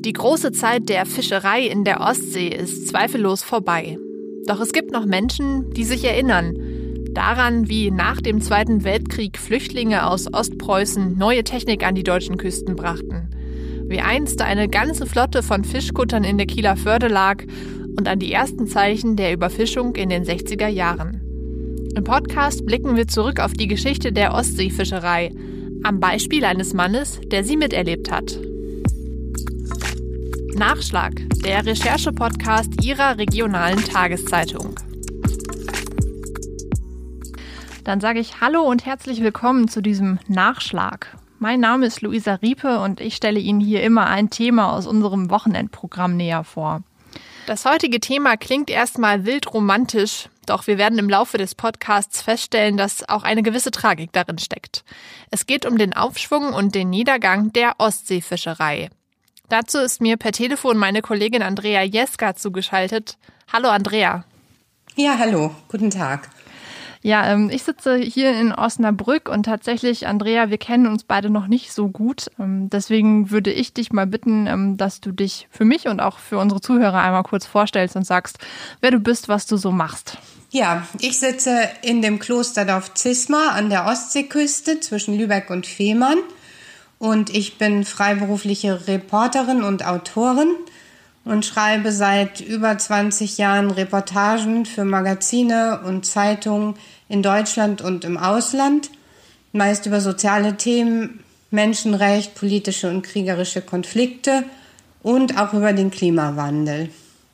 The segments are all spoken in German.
Die große Zeit der Fischerei in der Ostsee ist zweifellos vorbei. Doch es gibt noch Menschen, die sich erinnern daran, wie nach dem Zweiten Weltkrieg Flüchtlinge aus Ostpreußen neue Technik an die deutschen Küsten brachten. Wie einst eine ganze Flotte von Fischkuttern in der Kieler Förde lag und an die ersten Zeichen der Überfischung in den 60er Jahren. Im Podcast blicken wir zurück auf die Geschichte der Ostseefischerei, am Beispiel eines Mannes, der sie miterlebt hat. Nachschlag, der Recherche-Podcast Ihrer regionalen Tageszeitung. Dann sage ich Hallo und herzlich willkommen zu diesem Nachschlag. Mein Name ist Luisa Riepe und ich stelle Ihnen hier immer ein Thema aus unserem Wochenendprogramm näher vor. Das heutige Thema klingt erstmal wild romantisch, doch wir werden im Laufe des Podcasts feststellen, dass auch eine gewisse Tragik darin steckt. Es geht um den Aufschwung und den Niedergang der Ostseefischerei. Dazu ist mir per Telefon meine Kollegin Andrea Jeska zugeschaltet. Hallo Andrea. Ja, hallo, guten Tag. Ja, ich sitze hier in Osnabrück und tatsächlich, Andrea, wir kennen uns beide noch nicht so gut. Deswegen würde ich dich mal bitten, dass du dich für mich und auch für unsere Zuhörer einmal kurz vorstellst und sagst, wer du bist, was du so machst. Ja, ich sitze in dem Klosterdorf Zisma an der Ostseeküste zwischen Lübeck und Fehmarn. Und ich bin freiberufliche Reporterin und Autorin und schreibe seit über 20 Jahren Reportagen für Magazine und Zeitungen in Deutschland und im Ausland, meist über soziale Themen, Menschenrecht, politische und kriegerische Konflikte und auch über den Klimawandel.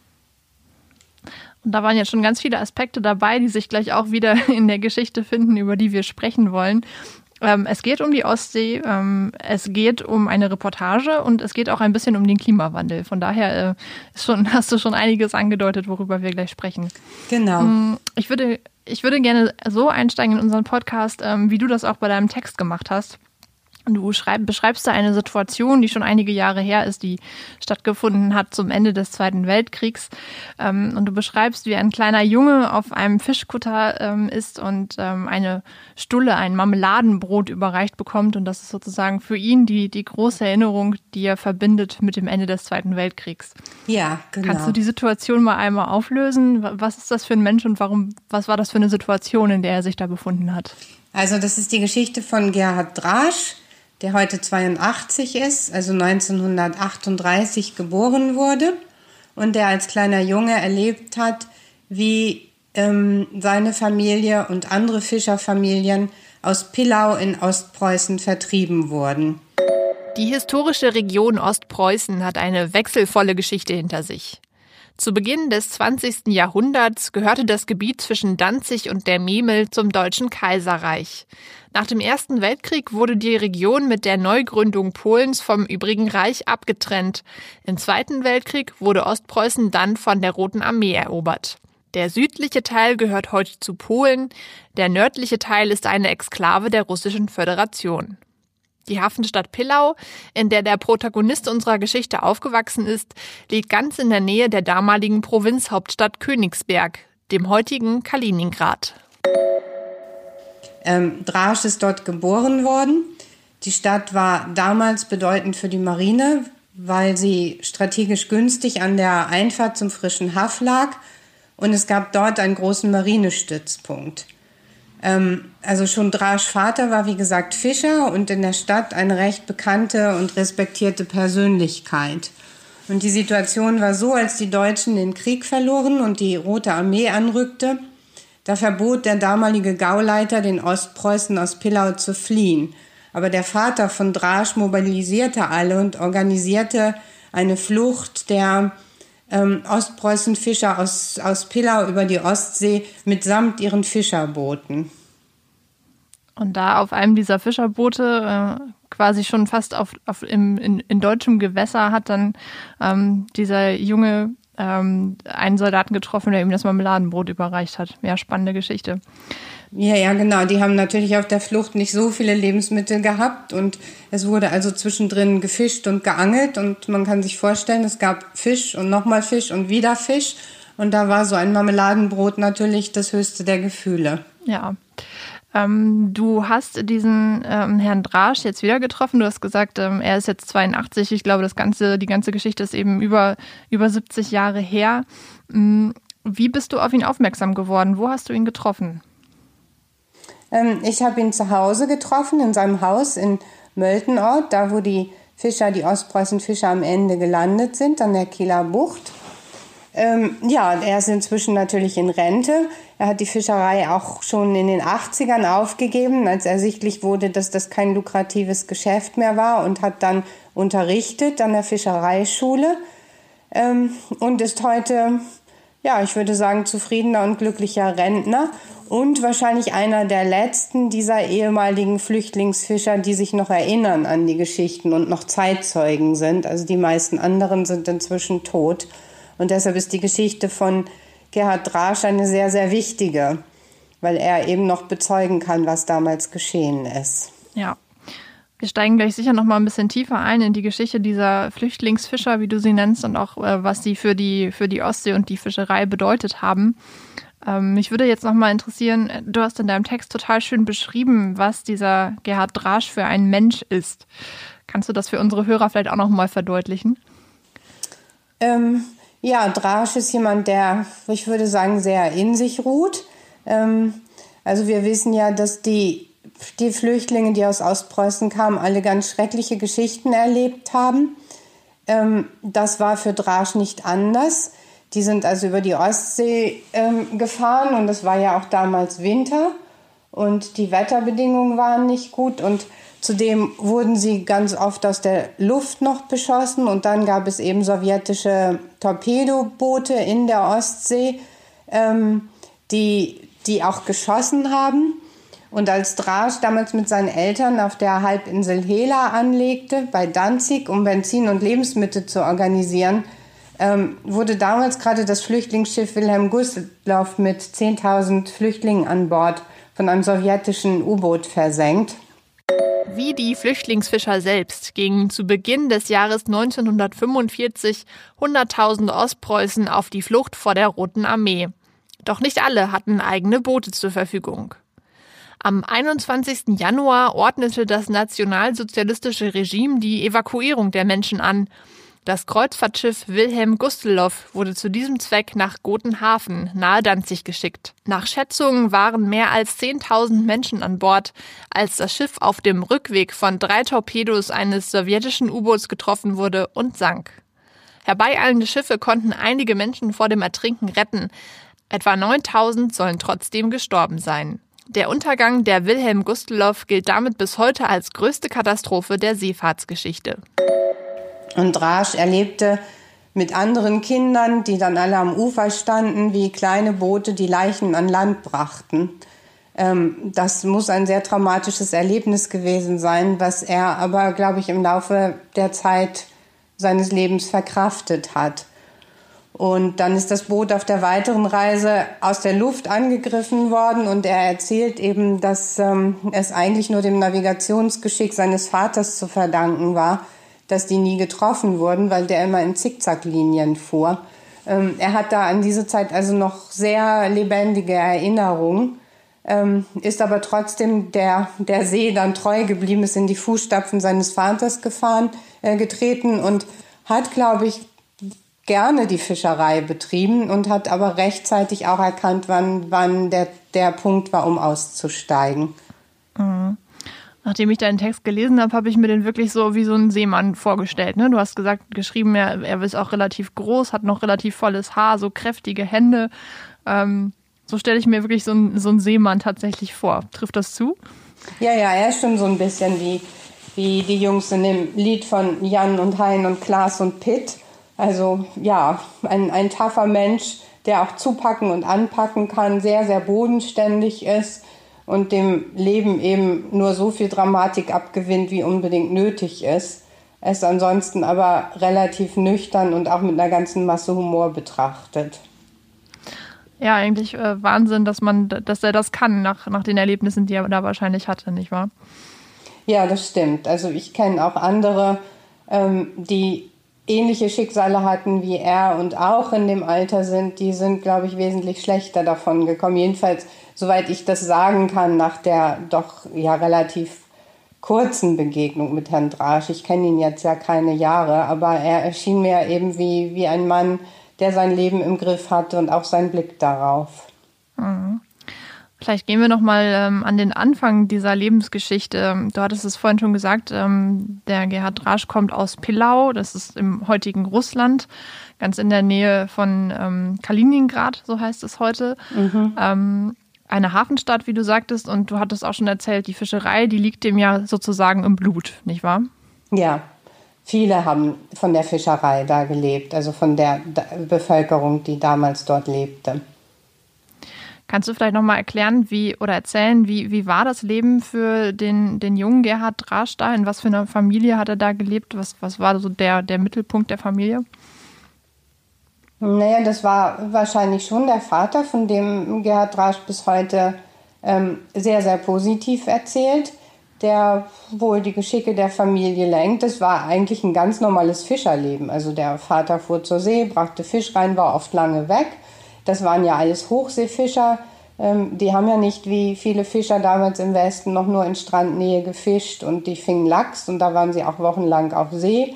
Und da waren jetzt schon ganz viele Aspekte dabei, die sich gleich auch wieder in der Geschichte finden, über die wir sprechen wollen. Es geht um die Ostsee, es geht um eine Reportage und es geht auch ein bisschen um den Klimawandel. Von daher hast du schon einiges angedeutet, worüber wir gleich sprechen. Genau. Ich würde gerne so einsteigen in unseren Podcast, wie du das auch bei deinem Text gemacht hast. Du beschreibst da eine Situation, die schon einige Jahre her ist, die stattgefunden hat zum Ende des Zweiten Weltkriegs. Und du beschreibst, wie ein kleiner Junge auf einem Fischkutter ist und eine Stulle, ein Marmeladenbrot überreicht bekommt. Und das ist sozusagen für ihn die große Erinnerung, die er verbindet mit dem Ende des Zweiten Weltkriegs. Ja, genau. Kannst du die Situation mal einmal auflösen? Was ist das für ein Mensch und was war das für eine Situation, in der er sich da befunden hat? Also das ist die Geschichte von Gerhard Drasch, der heute 82 ist, also 1938 geboren wurde und der als kleiner Junge erlebt hat, wie seine Familie und andere Fischerfamilien aus Pillau in Ostpreußen vertrieben wurden. Die historische Region Ostpreußen hat eine wechselvolle Geschichte hinter sich. Zu Beginn des 20. Jahrhunderts gehörte das Gebiet zwischen Danzig und der Memel zum Deutschen Kaiserreich. Nach dem Ersten Weltkrieg wurde die Region mit der Neugründung Polens vom übrigen Reich abgetrennt. Im Zweiten Weltkrieg wurde Ostpreußen dann von der Roten Armee erobert. Der südliche Teil gehört heute zu Polen, der nördliche Teil ist eine Exklave der Russischen Föderation. Die Hafenstadt Pillau, in der der Protagonist unserer Geschichte aufgewachsen ist, liegt ganz in der Nähe der damaligen Provinzhauptstadt Königsberg, dem heutigen Kaliningrad. Drasch ist dort geboren worden. Die Stadt war damals bedeutend für die Marine, weil sie strategisch günstig an der Einfahrt zum frischen Haff lag und es gab dort einen großen Marinestützpunkt. Also schon Drasch Vater war, wie gesagt, Fischer und in der Stadt eine recht bekannte und respektierte Persönlichkeit. Und die Situation war so, als die Deutschen den Krieg verloren und die Rote Armee anrückte, da verbot der damalige Gauleiter den Ostpreußen aus Pillau zu fliehen. Aber der Vater von Drasch mobilisierte alle und organisierte eine Flucht der Ostpreußen-Fischer aus Pillau über die Ostsee mitsamt ihren Fischerbooten. Und da auf einem dieser Fischerboote, quasi schon fast in deutschem Gewässer, hat dann dieser Junge einen Soldaten getroffen, der ihm das Marmeladenbrot überreicht hat. Ja, spannende Geschichte. Ja, genau. Die haben natürlich auf der Flucht nicht so viele Lebensmittel gehabt und es wurde also zwischendrin gefischt und geangelt und man kann sich vorstellen, es gab Fisch und nochmal Fisch und wieder Fisch und da war so ein Marmeladenbrot natürlich das höchste der Gefühle. Ja. Du hast diesen Herrn Drasch jetzt wieder getroffen. Du hast gesagt, er ist jetzt 82. Ich glaube, die ganze Geschichte ist eben über 70 Jahre her. Wie bist du auf ihn aufmerksam geworden? Wo hast du ihn getroffen? Ich habe ihn zu Hause getroffen, in seinem Haus in Möltenort, da wo die Ostpreußen-Fischer am Ende gelandet sind, an der Kieler Bucht. Er ist inzwischen natürlich in Rente. Er hat die Fischerei auch schon in den 80ern aufgegeben, als ersichtlich wurde, dass das kein lukratives Geschäft mehr war, und hat dann unterrichtet an der Fischereischule und ist heute, ich würde sagen, zufriedener und glücklicher Rentner und wahrscheinlich einer der letzten dieser ehemaligen Flüchtlingsfischer, die sich noch erinnern an die Geschichten und noch Zeitzeugen sind. Also die meisten anderen sind inzwischen tot. Und deshalb ist die Geschichte von Gerhard Drasch eine sehr, sehr wichtige, weil er eben noch bezeugen kann, was damals geschehen ist. Ja, wir steigen gleich sicher noch mal ein bisschen tiefer ein in die Geschichte dieser Flüchtlingsfischer, wie du sie nennst, und auch, was sie für die Ostsee und die Fischerei bedeutet haben. Mich würde jetzt noch mal interessieren, du hast in deinem Text total schön beschrieben, was dieser Gerhard Drasch für ein Mensch ist. Kannst du das für unsere Hörer vielleicht auch noch mal verdeutlichen? Drasch ist jemand, der, ich würde sagen, sehr in sich ruht. Also wir wissen ja, dass die Flüchtlinge, die aus Ostpreußen kamen, alle ganz schreckliche Geschichten erlebt haben. Das war für Drasch nicht anders. Die sind also über die Ostsee gefahren, und es war ja auch damals Winter und die Wetterbedingungen waren nicht gut, und zudem wurden sie ganz oft aus der Luft noch beschossen, und dann gab es eben sowjetische Torpedoboote in der Ostsee, die auch geschossen haben. Und als Drasch damals mit seinen Eltern auf der Halbinsel Hela anlegte, bei Danzig, um Benzin und Lebensmittel zu organisieren, wurde damals gerade das Flüchtlingsschiff Wilhelm Gustloff mit 10.000 Flüchtlingen an Bord von einem sowjetischen U-Boot versenkt. Wie die Flüchtlingsfischer selbst gingen zu Beginn des Jahres 1945 100.000 Ostpreußen auf die Flucht vor der Roten Armee. Doch nicht alle hatten eigene Boote zur Verfügung. Am 21. Januar ordnete das nationalsozialistische Regime die Evakuierung der Menschen an. Das Kreuzfahrtschiff Wilhelm Gustloff wurde zu diesem Zweck nach Gotenhafen nahe Danzig geschickt. Nach Schätzungen waren mehr als 10.000 Menschen an Bord, als das Schiff auf dem Rückweg von 3 Torpedos eines sowjetischen U-Boots getroffen wurde und sank. Herbeieilende Schiffe konnten einige Menschen vor dem Ertrinken retten. Etwa 9.000 sollen trotzdem gestorben sein. Der Untergang der Wilhelm Gustloff gilt damit bis heute als größte Katastrophe der Seefahrtsgeschichte. Und Drasch erlebte mit anderen Kindern, die dann alle am Ufer standen, wie kleine Boote die Leichen an Land brachten. Das muss ein sehr traumatisches Erlebnis gewesen sein, was er aber, glaube ich, im Laufe der Zeit seines Lebens verkraftet hat. Und dann ist das Boot auf der weiteren Reise aus der Luft angegriffen worden, und er erzählt eben, dass es eigentlich nur dem Navigationsgeschick seines Vaters zu verdanken war, dass die nie getroffen wurden, weil der immer in Zickzacklinien fuhr. Er hat da an diese Zeit also noch sehr lebendige Erinnerungen, ist aber trotzdem der See dann treu geblieben, ist in die Fußstapfen seines Vaters getreten und hat, glaube ich, gerne die Fischerei betrieben und hat aber rechtzeitig auch erkannt, wann der Punkt war, um auszusteigen. Mhm. Nachdem ich deinen Text gelesen habe, habe ich mir den wirklich so wie so einen Seemann vorgestellt. Ne? Du hast geschrieben, er ist auch relativ groß, hat noch relativ volles Haar, so kräftige Hände. So stelle ich mir wirklich so einen Seemann tatsächlich vor. Trifft das zu? Ja, er ist schon so ein bisschen wie die Jungs in dem Lied von Jan und Hein und Klaas und Pitt. Also ja, ein tougher Mensch, der auch zupacken und anpacken kann, sehr, sehr bodenständig ist und dem Leben eben nur so viel Dramatik abgewinnt, wie unbedingt nötig ist. Er ist ansonsten aber relativ nüchtern und auch mit einer ganzen Masse Humor betrachtet. Ja, eigentlich Wahnsinn, dass er das kann, nach den Erlebnissen, die er da wahrscheinlich hatte, nicht wahr? Ja, das stimmt. Also ich kenne auch andere, die ähnliche Schicksale hatten wie er und auch in dem Alter sind. Die sind, glaube ich, wesentlich schlechter davon gekommen. Jedenfalls soweit ich das sagen kann, nach der doch ja relativ kurzen Begegnung mit Herrn Drasch. Ich kenne ihn jetzt ja keine Jahre, aber er erschien mir eben wie ein Mann, der sein Leben im Griff hatte und auch seinen Blick darauf. Mhm. Vielleicht gehen wir noch mal an den Anfang dieser Lebensgeschichte. Du hattest es vorhin schon gesagt, der Gerhard Drasch kommt aus Pillau, das ist im heutigen Russland, ganz in der Nähe von Kaliningrad, so heißt es heute. Eine Hafenstadt, wie du sagtest, und du hattest auch schon erzählt, die Fischerei, die liegt dem ja sozusagen im Blut, nicht wahr? Ja, viele haben von der Fischerei da gelebt, also von der Bevölkerung, die damals dort lebte. Kannst du vielleicht nochmal erklären, wie war das Leben für den jungen Gerhard Drasch da? In was für einer Familie hat er da gelebt? Was war so der Mittelpunkt der Familie? Naja, das war wahrscheinlich schon der Vater, von dem Gerhard Drasch bis heute sehr, sehr positiv erzählt, der wohl die Geschicke der Familie lenkt. Das war eigentlich ein ganz normales Fischerleben. Also der Vater fuhr zur See, brachte Fisch rein, war oft lange weg. Das waren ja alles Hochseefischer. Die haben ja nicht wie viele Fischer damals im Westen noch nur in Strandnähe gefischt und die fingen Lachs und da waren sie auch wochenlang auf See.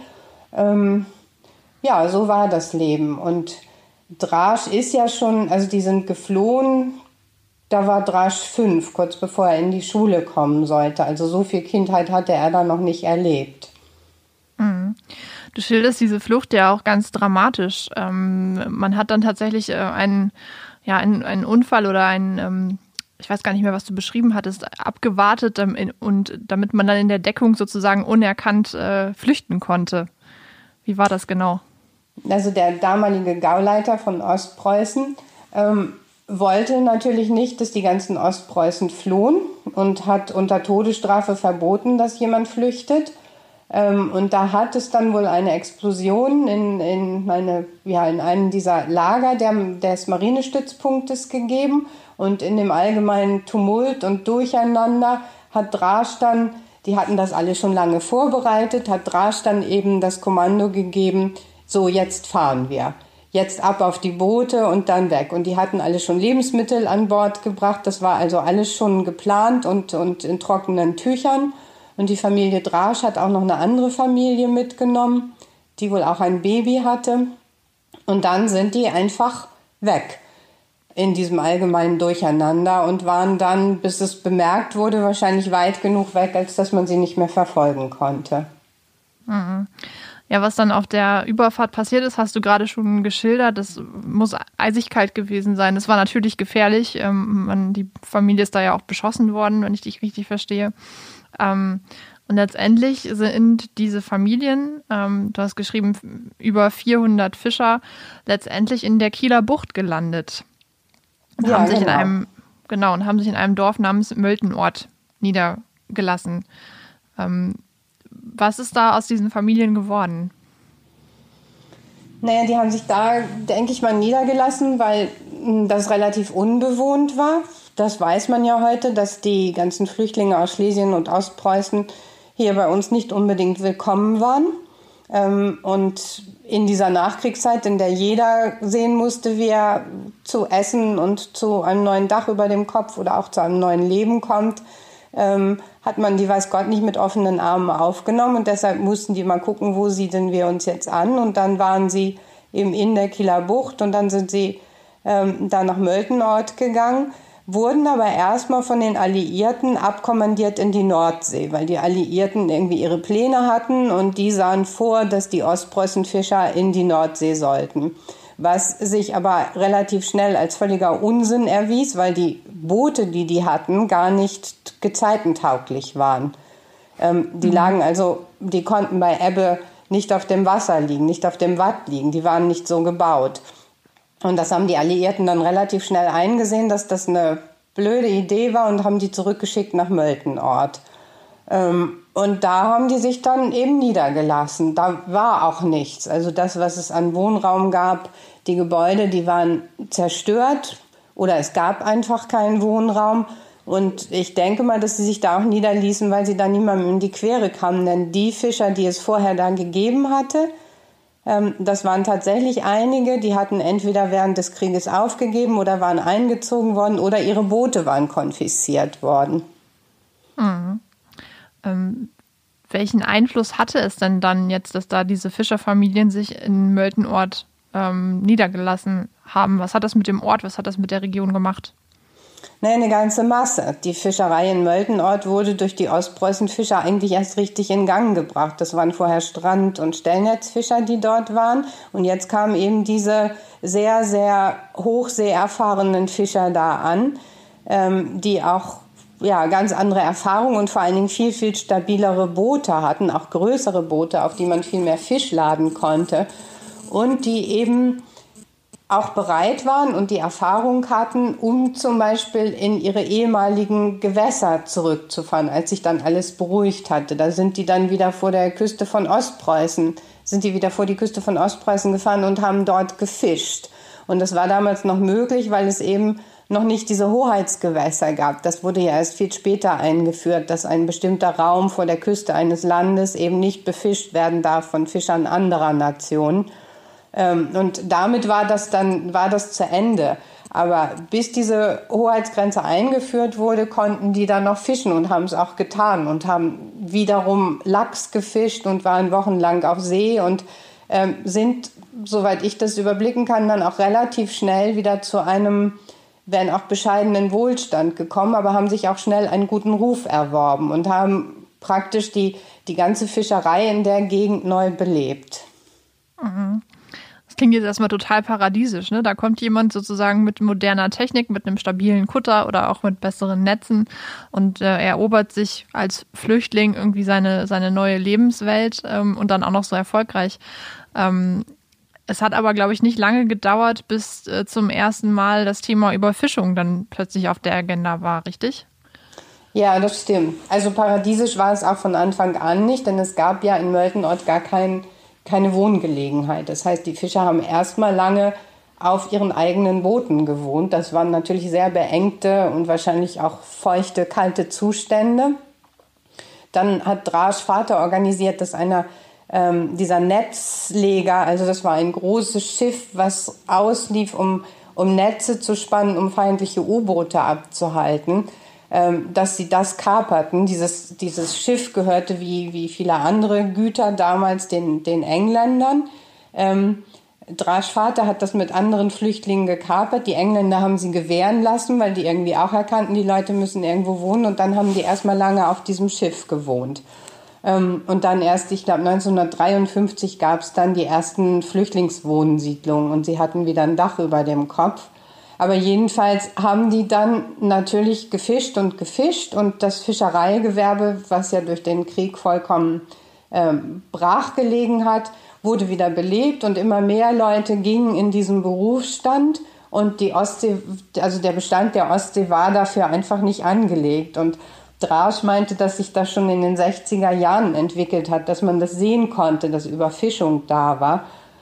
Ja, so war das Leben. Und Drasch ist ja schon, also die sind geflohen, da war Drasch 5, kurz bevor er in die Schule kommen sollte. Also so viel Kindheit hatte er da noch nicht erlebt. Mhm. Du schilderst diese Flucht ja auch ganz dramatisch. Man hat dann tatsächlich einen Unfall oder ich weiß gar nicht mehr, was du beschrieben hattest, abgewartet und damit man dann in der Deckung sozusagen unerkannt flüchten konnte. Wie war das genau? Also der damalige Gauleiter von Ostpreußen wollte natürlich nicht, dass die ganzen Ostpreußen flohen und hat unter Todesstrafe verboten, dass jemand flüchtet. Und da hat es dann wohl eine Explosion in einem dieser Lager des Marinestützpunktes gegeben. Und in dem allgemeinen Tumult und Durcheinander hat Drasch dann, die hatten das alle schon lange vorbereitet, hat Drasch dann eben das Kommando gegeben, so jetzt fahren wir. Jetzt ab auf die Boote und dann weg. Und die hatten alle schon Lebensmittel an Bord gebracht. Das war also alles schon geplant und in trockenen Tüchern. Und die Familie Drasch hat auch noch eine andere Familie mitgenommen, die wohl auch ein Baby hatte. Und dann sind die einfach weg in diesem allgemeinen Durcheinander und waren dann, bis es bemerkt wurde, wahrscheinlich weit genug weg, als dass man sie nicht mehr verfolgen konnte. Mhm. Ja, was dann auf der Überfahrt passiert ist, hast du gerade schon geschildert. Das muss eisig kalt gewesen sein. Es war natürlich gefährlich. Die Familie ist da ja auch beschossen worden, wenn ich dich richtig verstehe. Und letztendlich sind diese Familien, du hast geschrieben, über 400 Fischer, letztendlich in der Kieler Bucht gelandet. Und haben sich in einem Dorf namens Möltenort niedergelassen. Was ist da aus diesen Familien geworden? Naja, die haben sich da, denke ich mal, niedergelassen, weil das relativ unbewohnt war. Das weiß man ja heute, dass die ganzen Flüchtlinge aus Schlesien und Ostpreußen hier bei uns nicht unbedingt willkommen waren. Und in dieser Nachkriegszeit, in der jeder sehen musste, wie er zu Essen und zu einem neuen Dach über dem Kopf oder auch zu einem neuen Leben kommt, hat man die, weiß Gott, nicht mit offenen Armen aufgenommen. Und deshalb mussten die mal gucken, wo siedeln wir uns jetzt an. Und dann waren sie eben in der Kieler Bucht und dann sind sie da nach Möltenort gegangen, wurden aber erstmal von den Alliierten abkommandiert in die Nordsee, weil die Alliierten irgendwie ihre Pläne hatten und die sahen vor, dass die Ostpreußenfischer in die Nordsee sollten. Was sich aber relativ schnell als völliger Unsinn erwies, weil die Boote, die hatten, gar nicht gezeitentauglich waren. Die lagen also, die konnten bei Ebbe nicht auf dem Wasser liegen, nicht auf dem Watt liegen, die waren nicht so gebaut. Und das haben die Alliierten dann relativ schnell eingesehen, dass das eine blöde Idee war und haben die zurückgeschickt nach Möltenort. Und da haben die sich dann eben niedergelassen. Da war auch nichts. Also das, was es an Wohnraum gab, die Gebäude, die waren zerstört oder es gab einfach keinen Wohnraum. Und ich denke mal, dass sie sich da auch niederließen, weil sie da niemandem in die Quere kamen. Denn die Fischer, die es vorher da gegeben hatte, Das waren tatsächlich einige, die hatten entweder während des Krieges aufgegeben oder waren eingezogen worden oder ihre Boote waren konfisziert worden. Mhm. Welchen Einfluss hatte es denn dann jetzt, dass da diese Fischerfamilien sich in Möltenort niedergelassen haben? Was hat das mit dem Ort, was hat das mit der Region gemacht? Eine ganze Masse. Die Fischerei in Möltenort wurde durch die Ostpreußenfischer eigentlich erst richtig in Gang gebracht. Das waren vorher Strand- und Stellnetzfischer, die dort waren. Und jetzt kamen eben diese sehr, sehr hochseeerfahrenen Fischer da an, die auch ganz andere Erfahrungen und vor allen Dingen viel, viel stabilere Boote hatten, auch größere Boote, auf die man viel mehr Fisch laden konnte. Und die eben auch bereit waren und die Erfahrung hatten, um zum Beispiel in ihre ehemaligen Gewässer zurückzufahren, als sich dann alles beruhigt hatte. Da sind die dann wieder vor die Küste von Ostpreußen gefahren und haben dort gefischt. Und das war damals noch möglich, weil es eben noch nicht diese Hoheitsgewässer gab. Das wurde ja erst viel später eingeführt, dass ein bestimmter Raum vor der Küste eines Landes eben nicht befischt werden darf von Fischern anderer Nationen. Und damit war das zu Ende. Aber bis diese Hoheitsgrenze eingeführt wurde, konnten die dann noch fischen und haben es auch getan und haben wiederum Lachs gefischt und waren wochenlang auf See und sind, soweit ich das überblicken kann, dann auch relativ schnell wieder zu einem, wenn auch bescheidenen Wohlstand gekommen, aber haben sich auch schnell einen guten Ruf erworben und haben praktisch die ganze Fischerei in der Gegend neu belebt. Mhm. Das klingt jetzt erstmal total paradiesisch, ne? Da kommt jemand sozusagen mit moderner Technik, mit einem stabilen Kutter oder auch mit besseren Netzen und erobert sich als Flüchtling irgendwie seine neue Lebenswelt und dann auch noch so erfolgreich. Es hat aber, glaube ich, nicht lange gedauert, bis zum ersten Mal das Thema Überfischung dann plötzlich auf der Agenda war, richtig? Ja, das stimmt. Also paradiesisch war es auch von Anfang an nicht, denn es gab ja in Möltenort gar keine Wohngelegenheit. Das heißt, die Fischer haben erstmal lange auf ihren eigenen Booten gewohnt. Das waren natürlich sehr beengte und wahrscheinlich auch feuchte, kalte Zustände. Dann hat Drasch Vater organisiert, dass dieser Netzleger, also das war ein großes Schiff, was auslief, um Netze zu spannen, um feindliche U-Boote abzuhalten, dass sie das kaperten. Dieses Schiff gehörte wie viele andere Güter damals den Engländern. Drasch Vater hat das mit anderen Flüchtlingen gekapert. Die Engländer haben sie gewähren lassen, weil die irgendwie auch erkannten, die Leute müssen irgendwo wohnen. Und dann haben die erstmal lange auf diesem Schiff gewohnt. Und dann erst, ich glaube 1953 gab es dann die ersten Flüchtlingswohnsiedlungen und sie hatten wieder ein Dach über dem Kopf. Aber jedenfalls haben die dann natürlich gefischt und das Fischereigewerbe, was ja durch den Krieg vollkommen brach gelegen hat, wurde wieder belebt und immer mehr Leute gingen in diesen Berufsstand und die Ostsee, also der Bestand der Ostsee war dafür einfach nicht angelegt. Und Drasch meinte, dass sich das schon in den 60er Jahren entwickelt hat, dass man das sehen konnte, dass Überfischung da war.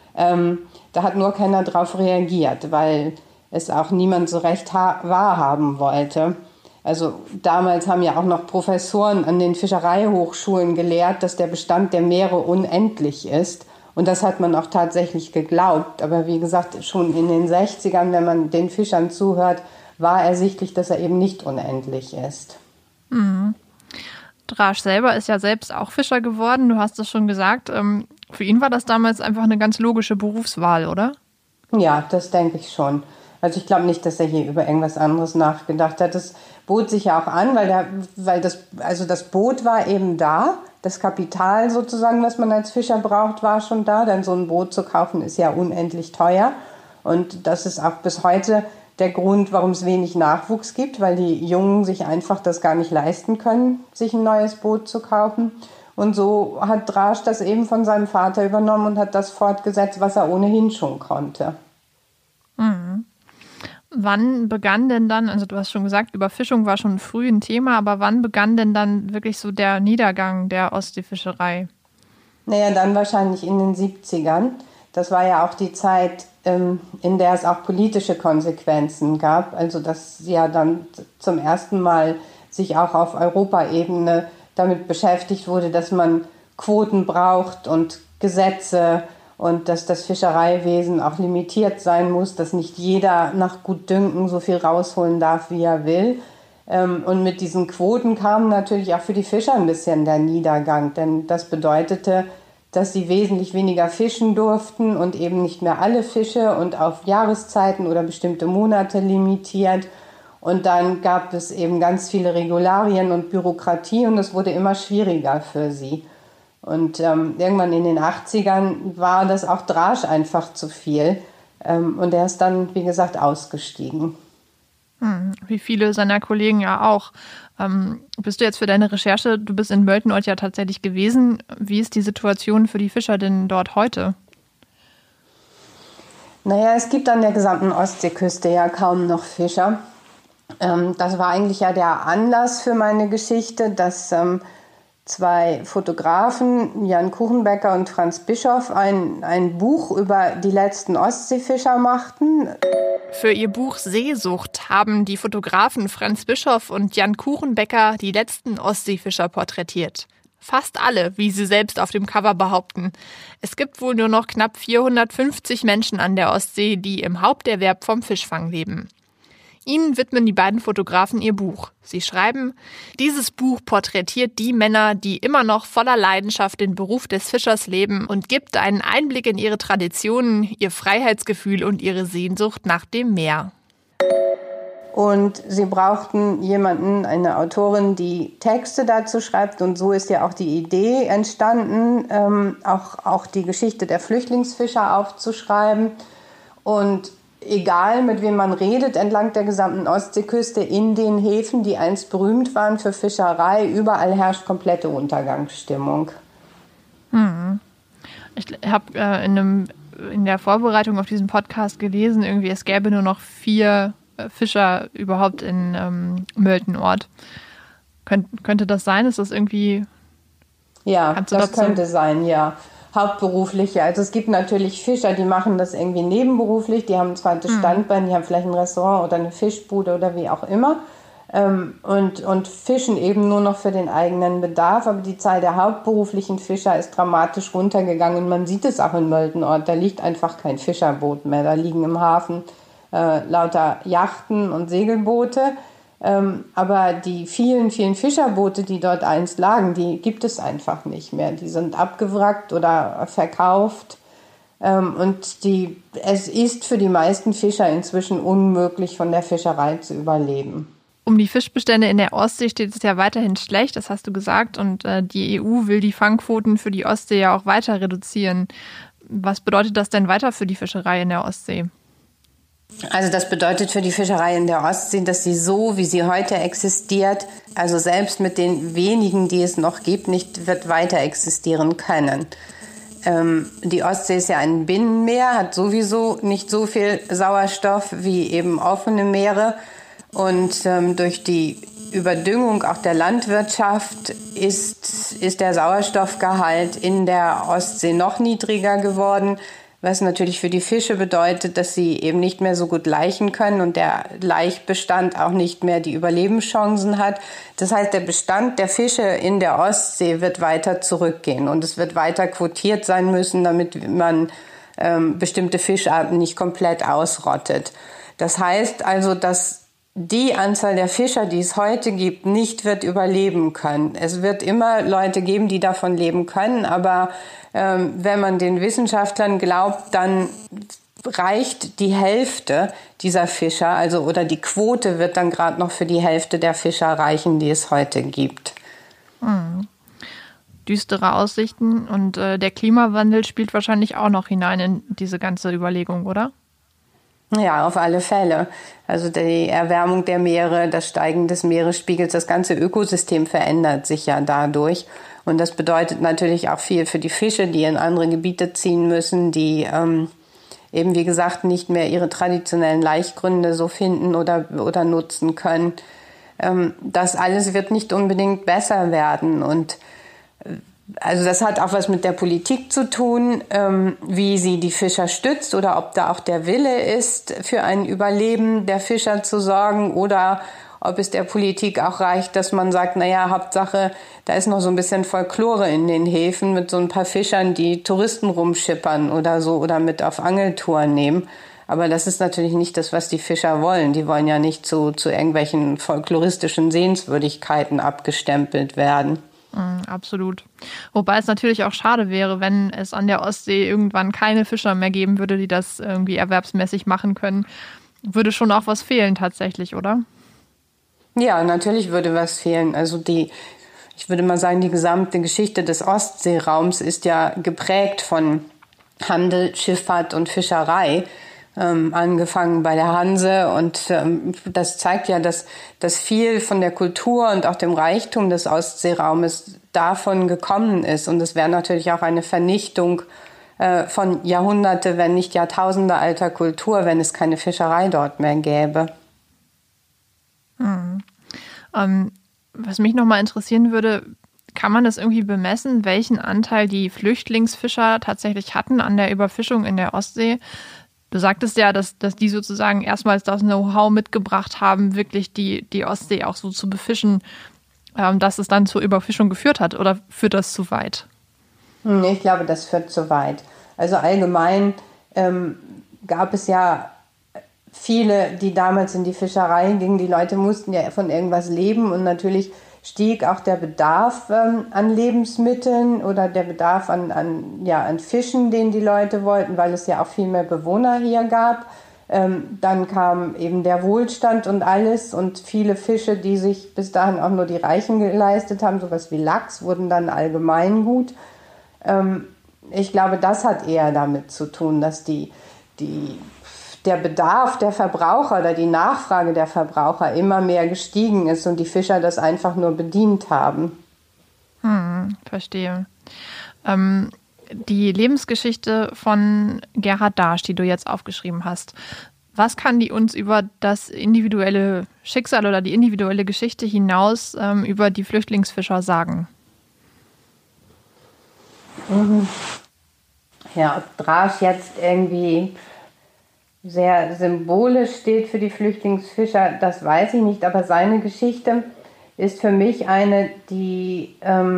Da hat nur keiner drauf reagiert, weil es auch niemand so recht wahrhaben wollte. Also damals haben ja auch noch Professoren an den Fischereihochschulen gelehrt, dass der Bestand der Meere unendlich ist. Und das hat man auch tatsächlich geglaubt. Aber wie gesagt, schon in den 60ern, wenn man den Fischern zuhört, war ersichtlich, dass er eben nicht unendlich ist. Mhm. Drasch selber ist ja selbst auch Fischer geworden. Du hast es schon gesagt. Für ihn war das damals einfach eine ganz logische Berufswahl, oder? Ja, das denke ich schon. Also ich glaube nicht, dass er hier über irgendwas anderes nachgedacht hat. Das bot sich ja auch an, weil das Boot war eben da. Das Kapital sozusagen, was man als Fischer braucht, war schon da. Denn so ein Boot zu kaufen ist ja unendlich teuer. Und das ist auch bis heute der Grund, warum es wenig Nachwuchs gibt, weil die Jungen sich einfach das gar nicht leisten können, sich ein neues Boot zu kaufen. Und so hat Drasch das eben von seinem Vater übernommen und hat das fortgesetzt, was er ohnehin schon konnte. Mhm. Wann begann denn dann, also du hast schon gesagt, Überfischung war schon früh ein Thema, aber wann begann denn dann wirklich so der Niedergang der Ostseefischerei? Naja, dann wahrscheinlich in den 70ern. Das war ja auch die Zeit, in der es auch politische Konsequenzen gab. Also dass ja dann zum ersten Mal sich auch auf Europaebene damit beschäftigt wurde, dass man Quoten braucht und Gesetze und dass das Fischereiwesen auch limitiert sein muss, dass nicht jeder nach Gutdünken so viel rausholen darf, wie er will. Und mit diesen Quoten kam natürlich auch für die Fischer ein bisschen der Niedergang, denn das bedeutete, dass sie wesentlich weniger fischen durften und eben nicht mehr alle Fische und auf Jahreszeiten oder bestimmte Monate limitiert. Und dann gab es eben ganz viele Regularien und Bürokratie und es wurde immer schwieriger für sie. Und irgendwann in den 80ern war das auch Drasch einfach zu viel. Und er ist dann, wie gesagt, ausgestiegen. Wie viele seiner Kollegen ja auch. Bist du jetzt für deine Recherche, du bist in Möltenort ja tatsächlich gewesen. Wie ist die Situation für die Fischer denn dort heute? Naja, es gibt an der gesamten Ostseeküste ja kaum noch Fischer. Das war eigentlich ja der Anlass für meine Geschichte, dass zwei Fotografen, Jan Kuchenbecker und Franz Bischoff, ein Buch über die letzten Ostseefischer machten. Für ihr Buch Seesucht haben die Fotografen Franz Bischoff und Jan Kuchenbecker die letzten Ostseefischer porträtiert. Fast alle, wie sie selbst auf dem Cover behaupten. Es gibt wohl nur noch knapp 450 Menschen an der Ostsee, die im Haupterwerb vom Fischfang leben. Ihnen widmen die beiden Fotografen ihr Buch. Sie schreiben, dieses Buch porträtiert die Männer, die immer noch voller Leidenschaft den Beruf des Fischers leben und gibt einen Einblick in ihre Traditionen, ihr Freiheitsgefühl und ihre Sehnsucht nach dem Meer. Und sie brauchten jemanden, eine Autorin, die Texte dazu schreibt. Und so ist ja auch die Idee entstanden, auch die Geschichte der Flüchtlingsfischer aufzuschreiben. Und egal, mit wem man redet, entlang der gesamten Ostseeküste, in den Häfen, die einst berühmt waren für Fischerei, überall herrscht komplette Untergangsstimmung. Ich habe in der Vorbereitung auf diesen Podcast gelesen, irgendwie es gäbe nur noch 4 Fischer überhaupt in Möltenort. Könnte das sein? Ist das irgendwie... Ja, das könnte sein, ja. Hauptberufliche. Also es gibt natürlich Fischer, die machen das irgendwie nebenberuflich, die haben ein zweites Standbein, die haben vielleicht ein Restaurant oder eine Fischbude oder wie auch immer und fischen eben nur noch für den eigenen Bedarf. Aber die Zahl der hauptberuflichen Fischer ist dramatisch runtergegangen und man sieht es auch in Möltenort. Da liegt einfach kein Fischerboot mehr. Da liegen im Hafen lauter Yachten und Segelboote. Aber die vielen, vielen Fischerboote, die dort einst lagen, die gibt es einfach nicht mehr. Die sind abgewrackt oder verkauft. Und es ist für die meisten Fischer inzwischen unmöglich, von der Fischerei zu überleben. Um die Fischbestände in der Ostsee steht es ja weiterhin schlecht, das hast du gesagt. Und die EU will die Fangquoten für die Ostsee ja auch weiter reduzieren. Was bedeutet das denn weiter für die Fischerei in der Ostsee? Also das bedeutet für die Fischerei in der Ostsee, dass sie so, wie sie heute existiert, also selbst mit den wenigen, die es noch gibt, nicht wird weiter existieren können. Die Ostsee ist ja ein Binnenmeer, hat sowieso nicht so viel Sauerstoff wie eben offene Meere. Und durch die Überdüngung auch der Landwirtschaft ist der Sauerstoffgehalt in der Ostsee noch niedriger geworden, was natürlich für die Fische bedeutet, dass sie eben nicht mehr so gut laichen können und der Laichbestand auch nicht mehr die Überlebenschancen hat. Das heißt, der Bestand der Fische in der Ostsee wird weiter zurückgehen und es wird weiter quotiert sein müssen, damit man bestimmte Fischarten nicht komplett ausrottet. Das heißt also, dass die Anzahl der Fischer, die es heute gibt, nicht wird überleben können. Es wird immer Leute geben, die davon leben können, aber wenn man den Wissenschaftlern glaubt, dann reicht die Hälfte dieser Fischer, also oder die Quote wird dann gerade noch für die Hälfte der Fischer reichen, die es heute gibt. Düstere Aussichten und der Klimawandel spielt wahrscheinlich auch noch hinein in diese ganze Überlegung, oder? Ja, auf alle Fälle. Also die Erwärmung der Meere, das Steigen des Meeresspiegels, das ganze Ökosystem verändert sich ja dadurch. Und das bedeutet natürlich auch viel für die Fische, die in andere Gebiete ziehen müssen, die eben, wie gesagt, nicht mehr ihre traditionellen Laichgründe so finden oder nutzen können. Das alles wird nicht unbedingt besser werden. Und also das hat auch was mit der Politik zu tun, wie sie die Fischer stützt oder ob da auch der Wille ist, für ein Überleben der Fischer zu sorgen oder ob es der Politik auch reicht, dass man sagt, naja, Hauptsache, da ist noch so ein bisschen Folklore in den Häfen mit so ein paar Fischern, die Touristen rumschippern oder so oder mit auf Angeltouren nehmen. Aber das ist natürlich nicht das, was die Fischer wollen. Die wollen ja nicht zu irgendwelchen folkloristischen Sehenswürdigkeiten abgestempelt werden. Absolut. Wobei es natürlich auch schade wäre, wenn es an der Ostsee irgendwann keine Fischer mehr geben würde, die das irgendwie erwerbsmäßig machen können. Würde schon auch was fehlen tatsächlich, oder? Ja, natürlich würde was fehlen. Also ich würde mal sagen, die gesamte Geschichte des Ostseeraums ist ja geprägt von Handel, Schifffahrt und Fischerei. Angefangen bei der Hanse und das zeigt ja, dass viel von der Kultur und auch dem Reichtum des Ostseeraumes davon gekommen ist und es wäre natürlich auch eine Vernichtung von Jahrhunderte, wenn nicht Jahrtausende alter Kultur, wenn es keine Fischerei dort mehr gäbe. Was mich nochmal interessieren würde, kann man das irgendwie bemessen, welchen Anteil die Flüchtlingsfischer tatsächlich hatten an der Überfischung in der Ostsee? Du sagtest ja, dass die sozusagen erstmals das Know-how mitgebracht haben, wirklich die Ostsee auch so zu befischen, dass es dann zur Überfischung geführt hat. Oder führt das zu weit? Ich glaube, das führt zu weit. Also allgemein gab es ja viele, die damals in die Fischerei gingen. Die Leute mussten ja von irgendwas leben und natürlich stieg auch der Bedarf an Lebensmitteln oder der Bedarf an Fischen, den die Leute wollten, weil es ja auch viel mehr Bewohner hier gab. Dann kam eben der Wohlstand und alles und viele Fische, die sich bis dahin auch nur die Reichen geleistet haben, sowas wie Lachs, wurden dann Allgemeingut. Ich glaube, das hat eher damit zu tun, dass der Bedarf der Verbraucher oder die Nachfrage der Verbraucher immer mehr gestiegen ist und die Fischer das einfach nur bedient haben. Verstehe. Die Lebensgeschichte von Gerhard Darsch, die du jetzt aufgeschrieben hast, was kann die uns über das individuelle Schicksal oder die individuelle Geschichte hinaus über die Flüchtlingsfischer sagen? Ja, ob Darsch jetzt irgendwie sehr symbolisch steht für die Flüchtlingsfischer, das weiß ich nicht, aber seine Geschichte ist für mich eine, die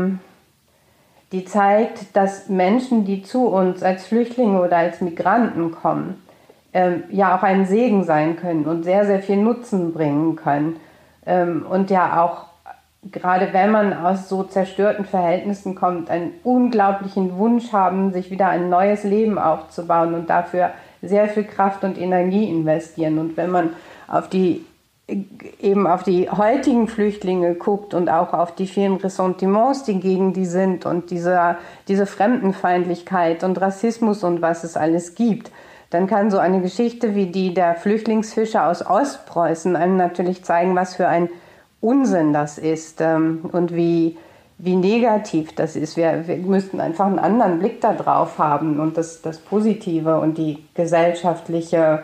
zeigt, dass Menschen, die zu uns als Flüchtlinge oder als Migranten kommen, ja auch ein Segen sein können und sehr, sehr viel Nutzen bringen können. Und ja auch, gerade wenn man aus so zerstörten Verhältnissen kommt, einen unglaublichen Wunsch haben, sich wieder ein neues Leben aufzubauen und dafür sehr viel Kraft und Energie investieren. Und wenn man auf die heutigen Flüchtlinge guckt und auch auf die vielen Ressentiments, die gegen die sind und diese Fremdenfeindlichkeit und Rassismus und was es alles gibt, dann kann so eine Geschichte wie die der Flüchtlingsfischer aus Ostpreußen einem natürlich zeigen, was für ein Unsinn das ist und wie negativ das ist. Wir müssten einfach einen anderen Blick da drauf haben und das Positive und den gesellschaftlichen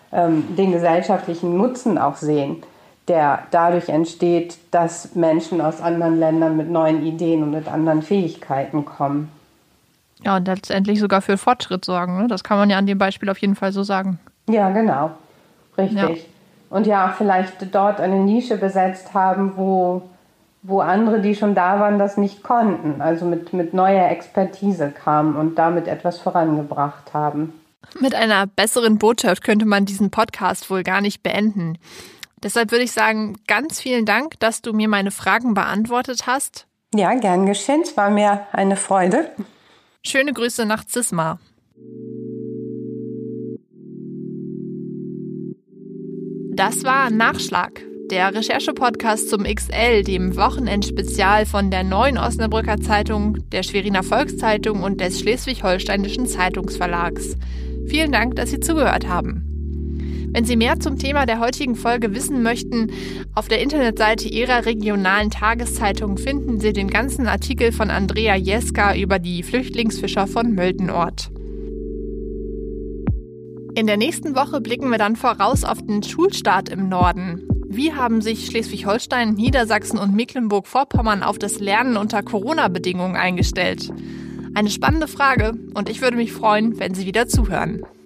Nutzen auch sehen, der dadurch entsteht, dass Menschen aus anderen Ländern mit neuen Ideen und mit anderen Fähigkeiten kommen. Ja, und letztendlich sogar für Fortschritt sorgen, ne? Das kann man ja an dem Beispiel auf jeden Fall so sagen. Ja, genau. Richtig. Ja. Und ja, auch vielleicht dort eine Nische besetzt haben, wo andere, die schon da waren, das nicht konnten. Also mit neuer Expertise kamen und damit etwas vorangebracht haben. Mit einer besseren Botschaft könnte man diesen Podcast wohl gar nicht beenden. Deshalb würde ich sagen, ganz vielen Dank, dass du mir meine Fragen beantwortet hast. Ja, gern geschehen. Es war mir eine Freude. Schöne Grüße nach Zismar. Das war Nachschlag, der Recherche-Podcast zum XL, dem Wochenendspezial von der Neuen Osnabrücker Zeitung, der Schweriner Volkszeitung und des Schleswig-Holsteinischen Zeitungsverlags. Vielen Dank, dass Sie zugehört haben. Wenn Sie mehr zum Thema der heutigen Folge wissen möchten, auf der Internetseite Ihrer regionalen Tageszeitung finden Sie den ganzen Artikel von Andrea Jeska über die Flüchtlingsfischer von Möltenort. In der nächsten Woche blicken wir dann voraus auf den Schulstart im Norden. Wie haben sich Schleswig-Holstein, Niedersachsen und Mecklenburg-Vorpommern auf das Lernen unter Corona-Bedingungen eingestellt? Eine spannende Frage und ich würde mich freuen, wenn Sie wieder zuhören.